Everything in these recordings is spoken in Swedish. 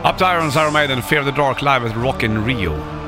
Up to Irons, Iron Maiden, Fear of the Dark live at Rock in Rio.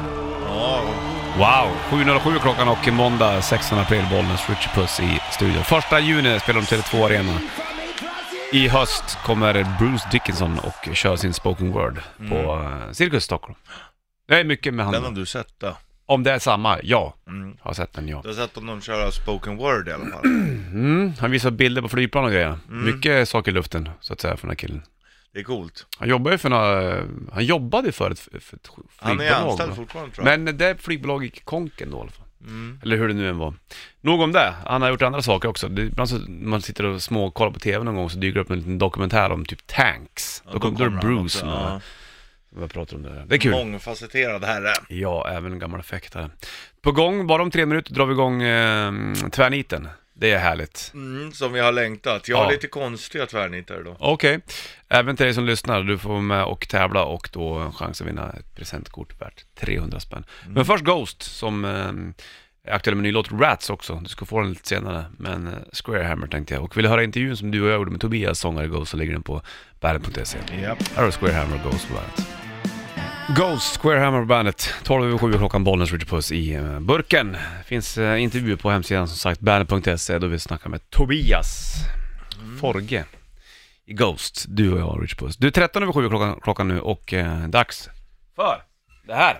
Wow, 7.07 klockan och måndag 16 april, Bollnäs, Richie Puss i studion. 1 juni spelar de Tele2 Arena. I höst kommer Bruce Dickinson och kör sin spoken word på Cirkus Stockholm. Det är mycket med han. Den har du sett då? Om det är samma, ja. Har sett den, ja. Du har sett om de kör spoken word i alla fall. Han visar bilder på flygplan och grejer. Mycket saker i luften, så att säga, för den här killen. Det är coolt. Han jobbade för ett flygbolag. Han är anställd fortfarande, tror jag. Men det flygbolag gick konken då i alla fall. Eller hur det nu än var. Nog om det. Han har gjort andra saker också. Ibland så man sitter och småkollar på tv någon gång, så dyker det upp en liten dokumentär om typ tanks. Då kommer Bruce med. Vad pratar om det? Det är kul. Mångfacetterad herre. Ja, även en gammal effekt här. På gång, bara om 3 minuter drar vi igång tvärniten. Det är härligt. Som vi har längtat. Jag har lite konstiga tvärnitar då. Okej. Även till dig som lyssnar, du får vara med och tävla och då chans att vinna ett presentkort värt 300 spänn. Men först Ghost, som är aktuell med ny låt Rats också. Du ska få den lite senare. Men Square Hammer tänkte jag. Och vill du höra intervjun som du och jag gjorde med Tobias, sångare Ghost, så ligger den på bandet.se. Här har Square Hammer och Ghost på bandet. Ghost, Square Hammer och bandet. 12:07 klockan, Bollnäs, Richie Puss i burken. Finns intervju på hemsidan, som sagt, bandet.se, då vi snackar med Tobias Forge i Ghost. Du och jag, Richie Puss. Du är 13:07 klockan nu och dags för det här.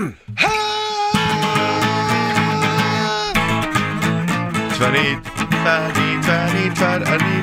Tvärnit, tvärnit, tvärnit, tvärnit.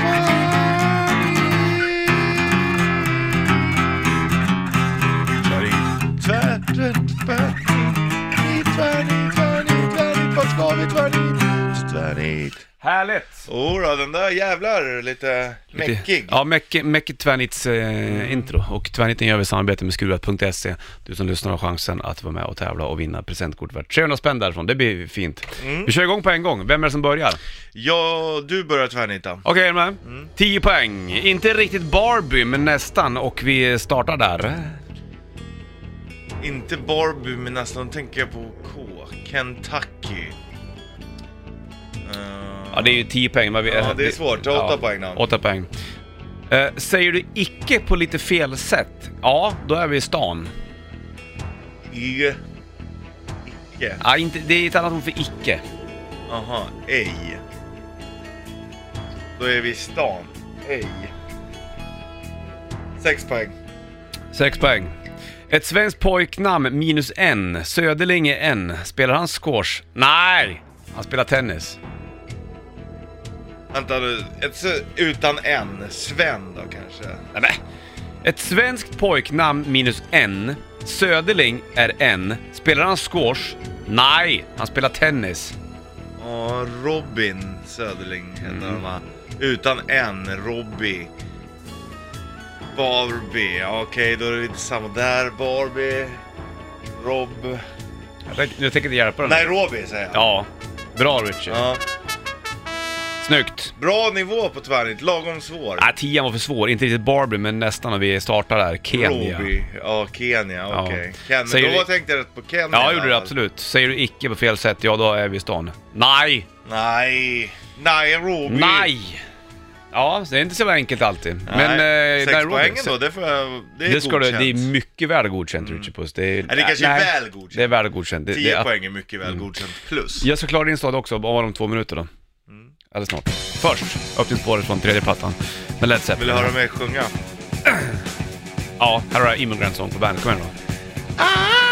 Vad ska vi tvärnit? Härligt! Då, den där jävlar lite mäckig. Ja, mäckigt tvärnits intro. Och tvärniten gör vi i samarbete med skruvat.se. Du som lyssnar har chansen att vara med och tävla och vinna presentkort värt 300 spänn därifrån. Det blir fint. Vi kör igång på en gång. Vem är det som börjar? Ja, du börjar tvärnita. Okej, med 10 poäng. Inte riktigt Barbie, men nästan. Och vi startar där. Inte Barbie, men nästan tänker jag på K. Kentucky. Ja, det är ju 10 poäng. Men det är svårt. 8 poäng då. 8 poäng. Säger du icke på lite fel sätt? Ja, då är vi i stan. Icke. Ja, inte, det är ett annat ord för icke. Aha, ej. Då är vi i stan. Ej. 6 poäng. 6 poäng. Ett svenskt pojknamn minus en. Söderling är en. Spelar han squash? Nej, han spelar tennis. Vänta du, utan en. Sven då kanske? Nej. Ett svenskt pojknamn minus en. Söderling är en. Spelar han squash? Nej, han spelar tennis. Ja, Robin Söderling heter han, va? Utan en, Robbie. Barbie, okej, då är det lite samma där. Barbie, Rob. Jag tänker inte hjälpa den. Nairobi säger jag. Ja, bra Richard. Ja. Snyggt. Bra nivå på tvärnit, lagom svår. 10 var för svår, inte riktigt Barbie, men nästan när vi startar där. Kenya. Robbie, ja, Kenya, okej. Kenya, Säger då tänkte jag rätt på Kenya. Ja, gjorde du absolut. Säger du icke på fel sätt, ja då är vi i stan. Nej! Nairobi. Nej! Ja, det är inte så enkelt alltid. Nej, Men 6 poängen då, det är ska godkänt. det är mycket väl godkänt, Richard Puss. Det kanske är väl godkänt. Det är väl godkänt. 10 poäng är mycket väl godkänt plus. Jag ska klara din stad också, bara om 2 minuter då. Eller snart. Först, öppningsspåret från 3:e plattan med Led Zeppelin. Vill du höra mig sjunga? Ja, här har jag Immigrant Song på bandet. Kom igen då.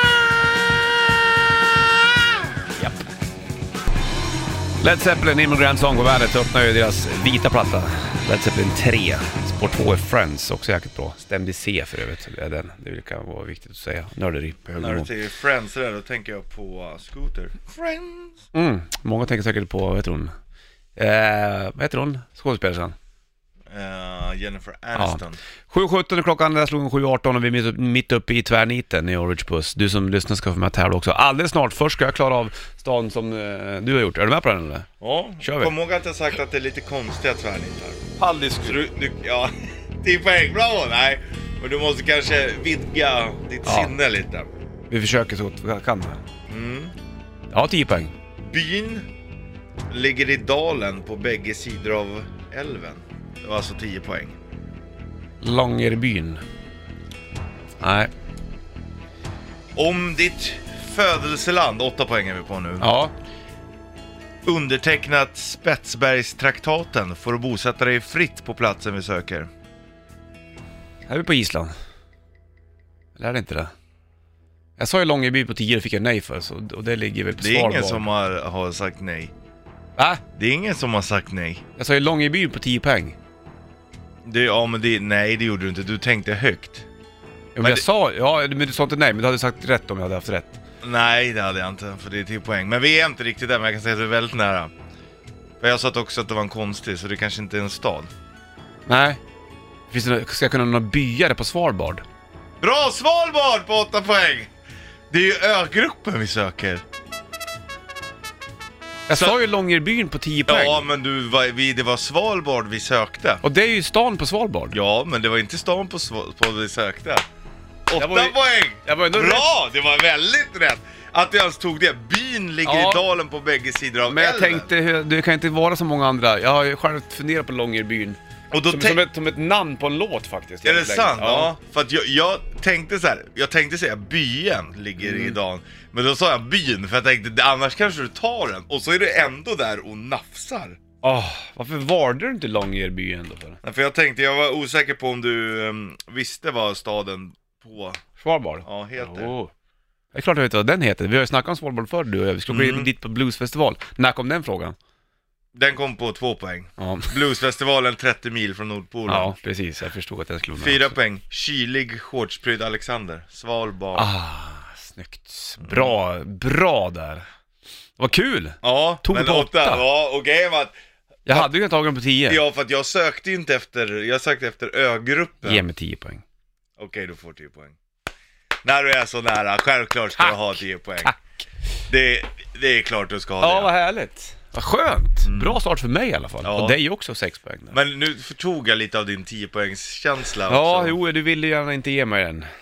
Japp. Led Zeppelin, Immigrant Song på bandet öppnar ju deras vita platta. Led Zeppelin 3. Spår 2 är Friends, också jäkligt bra. Stämd i C för övrigt. Det kan vara viktigt att säga. Nörderi på hög nivå. När du säger Friends där, då tänker jag på Scooter. Friends! Många tänker säkert på, vad heter hon? Skådespelerskan. Jennifer Aniston. 7:17 är klockan, där slog 7:18 och vi är mitt uppe i tvärniten i Orange Puss. Du som lyssnar ska få med tävla också. Alldeles snart, först ska jag klara av stan som du har gjort. Är du med på den eller? Ja, kör vi. Kom ihåg att jag sagt att det är lite konstiga tvärnitar. Paldisk. Ja, 10 poäng, bra, nej. Men du måste kanske vidga ditt sinne lite. Vi försöker så gott vi kan. Ja, 10 poäng. Byn ligger i dalen på bägge sidor av älven. Det var alltså 10 poäng. Långerbyn. Nej. Om ditt födelseland, 8 poäng är vi på nu. Ja. Undertecknat Spetsbergstraktaten får du bosätta dig fritt på platsen vi söker. Här är vi på Island. Eller är det inte det? Jag sa ju Långeby på 10, det fick jag nej för, så, och det ligger väl på Det är Svalbard. ingen som har sagt nej. Va? Det är ingen som har sagt nej. Jag sa ju Långeby på 10 poäng. Nej, det gjorde du inte. Du tänkte högt. Ja, men jag sa, men du sa inte nej, men du hade sagt rätt om jag hade haft rätt. Nej, det hade jag inte, för det är 10 poäng. Men vi är inte riktigt där, men jag kan säga att det är väldigt nära. För jag sa också att det var en konstig, så det kanske inte är en stad. Nej. Ska jag kunna några byar på Svalbard? Bra, Svalbard på 8 poäng! Det är ju ögruppen vi söker. Jag sa ju Långerbyn på 10 poäng. Ja, men det var Svalbard vi sökte. Och det är ju stan på Svalbard. Ja, men det var inte stan på vi sökte. 8 var ju- poäng! Jag var ändå Bra! Det var väldigt rätt! Att du ens tog det. Byn ligger Ja. i dalen på bägge sidor av Men jag älven. tänkte, det kan inte vara så många andra. Jag har ju själv funderat på Långerbyn. Och då Som ett namn på en låt faktiskt. Är det sant? Ja. För att jag tänkte så här, jag tänkte säga byen ligger i dalen. Men då sa jag byn, för jag tänkte annars kanske du tar den. Och så är du ändå där och nafsar. Varför valde du inte Långerbyn då för? Nej, för jag var osäker på om du visste vad staden på... Svalbard? Ja, heter. Oh. Det är klart jag vet vad den heter. Vi har ju snackat om Svalbard förr, du och jag. Vi skulle gå dit på bluesfestival. När kom den frågan? Den kom på 2 poäng. Ja. Bluesfestivalen 30 mil från Nordpolen. Ja, precis. Jag förstod att den skulle vara 4 också. poäng. Kylig, shortsprydd Alexander. Svalbard. Snyggt. Bra där. Vad kul! Ja, Tog men på 8. Ja, och grejen var att... Jag hade ju tagit den på 10. Ja, för att jag sökte ju inte efter... Jag sökte efter ögruppen. Ge mig 10 poäng. Okej, du får 10 poäng. När du är så nära, självklart ska du ha 10 poäng. Tack. Det är klart du ska ha Ja, det. vad härligt. Vad skönt. Bra start för mig i alla fall. Ja. Och dig också 6 poäng där. Men nu förtog jag lite av din 10-poängskänsla Ja, också. jo, du ville gärna inte ge mig den.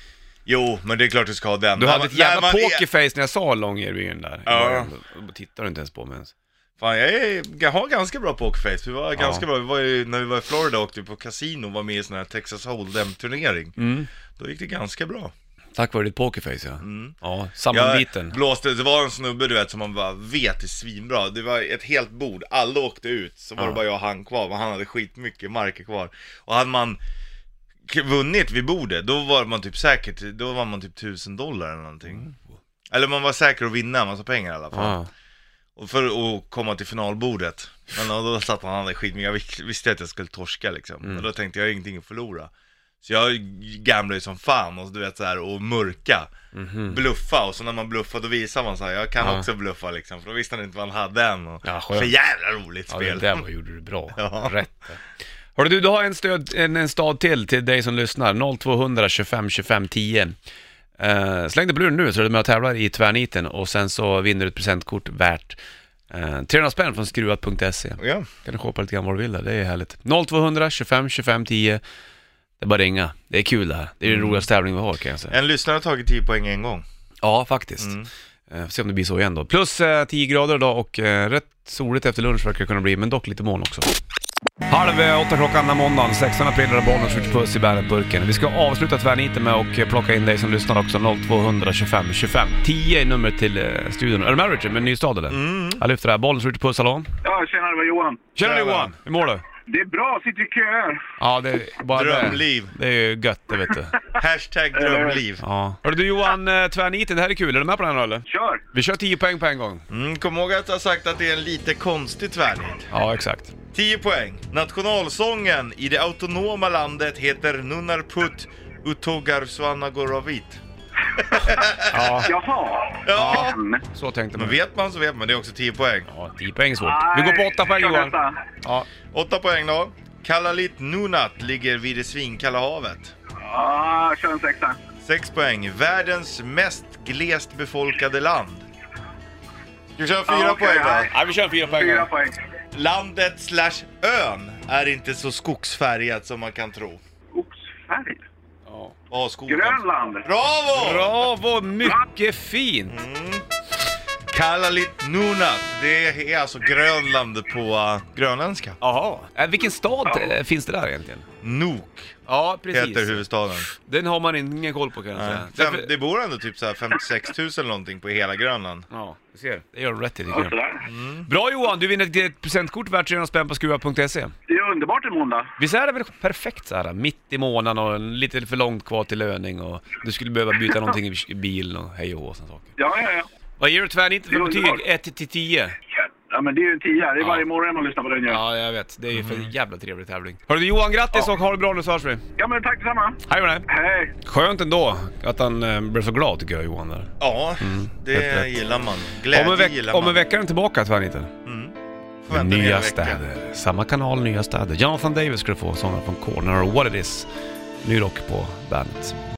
Jo, men det är klart du ska ha den. Du hade ett jävla man pokerface när jag sa Långerbyn där. Ja. Då tittar du inte ens på mig ens. Fan, jag har ganska bra pokerface. Vi var ganska bra. När vi var i Florida åkte vi på kasino och var med i sån här Texas Hold'em-turnering. Då gick det ganska bra. Tack vare ditt pokerface, ja. Ja, sammanbiten. Det var en snubbe, du vet, som man bara vet är svinbra. Det var ett helt bord, alla åkte ut. Så var det bara jag och han kvar, men han hade skitmycket marker kvar. Och hade man vunnit vid bordet, då var man typ säkert, då var man typ $1000 eller någonting. Eller man var säker att vinna en massa pengar i alla fall. Ja. Och för att komma till finalbordet. Men då satt han hade skitmycket. Jag visste att jag skulle torska liksom. Och då tänkte jag har ingenting att förlora. Så jag gamblade ju som fan och du vet så här, och mörka, bluffa, och så när man bluffar då visar man så här, jag kan också bluffa liksom, för då visste han inte vad han hade än och så jävla roligt spel. Ja, det där gjorde du bra. Ja. Rätt. Hörru du har en stad till dig som lyssnar. 0200 25 25 10. Släng dig på luren nu så är du med och tävlar i tvärniten och sen så vinner du ett presentkort värt 300 spänn från skruvat.se. Ja. Kan du shoppa lite grann vad du vill där, det är härligt. 0200 25 25 10. Det är bara ringa. Det är kul det här. Det är den roligaste tävling vi har, kan jag säga. En lyssnare har tagit 10 poäng en gång. Ja, faktiskt. Får se om det blir så igen då. Plus 10 grader idag och rätt soligt efter lunch verkar det kunna bli, men dock lite moln också. 7:30 klockan den måndagen, 16 april, är bollen skjuter puss i Bandet-burken. Vi ska avsluta tvärniten med och plocka in dig som lyssnar också. 0200 25 25 10 är nummer till studion. Är du med, Richard, med en ny stad eller? Jag lyfter det här. Bollen skjuter puss, hallå? Ja, tjena, det var Johan. Tjena Johan, hur mår du? Det är bra, sitter i köer. Ja, det är bara Drömliv. Det är ju gött, det vet du. Hashtag drömliv. Ja. Hörru du Johan, tvärniten, det här är kul. Är du med på den här eller? Kör! Vi kör 10 poäng på en gång. Kom ihåg att jag har sagt att det är en lite konstig tvärnit. Ja, exakt. 10 poäng. Nationalsången i det autonoma landet heter Nunarput Utogarsvanagorovit. Ja, Jaha. Ja. så tänkte Men man. vet man så vet man, det är också 10 poäng. Ja, 10 poäng är svårt. Vi går på 8 poäng Johan. Ja. 8 poäng då. Kalalit Nunat ligger vid det svinkalla havet. Ja, kör en 6. 6 poäng. Världens mest glest befolkade land. Ska vi köra 4 okej, poäng då? nej. Ja, vi kör 4 poäng. 4 poäng. Landet/ön är inte så skogsfärgat som man kan tro. Skogsfärg. Ja. Ja, skogen. Grönland. Bravo! Bravo, mycket fint. Kalalit Nunat. Det är alltså Grönland på grönländska. Jaha. Vilken stad finns det där egentligen? Nuuk Ja, precis. heter huvudstaden. Den har man ingen koll på kan jag säga. Därför... Det bor ändå typ så här 56 000 någonting på hela Grönland. Ja, du ser. Det gör du rätt i. Ja, sådär. Bra Johan, du vinner ett presentkort värt 300 spänn på skruva.se. Det är underbart i måndag. Visst är det väl perfekt så här, mitt i månaden och lite för långt kvar till löning och du skulle behöva byta någonting i bilen och hej och såna saker. Ja. Vad ger du tvärnitten för betyg? 1-10? Ja, men det är ju en 10. Det är Ja. varje morgon man lyssnar på den. Ja, jag vet. Det är ju för en jävla trevlig tävling. Hörru du Johan, grattis och ha det bra nu så hörs vi. Ja, men tack detsamma. Hej med dig. Hej. Skönt ändå att han blev så glad tycker jag Johan där. Ja, det Helt rätt. gillar man. Glädje gillar man. Om en vecka är den tillbaka tvärniten. Får vänta en hel Nya vecka. städer. Samma kanal, nya städer. Jonathan Davis skulle få sångar från Corner och What It Is. Ny rock på bandet.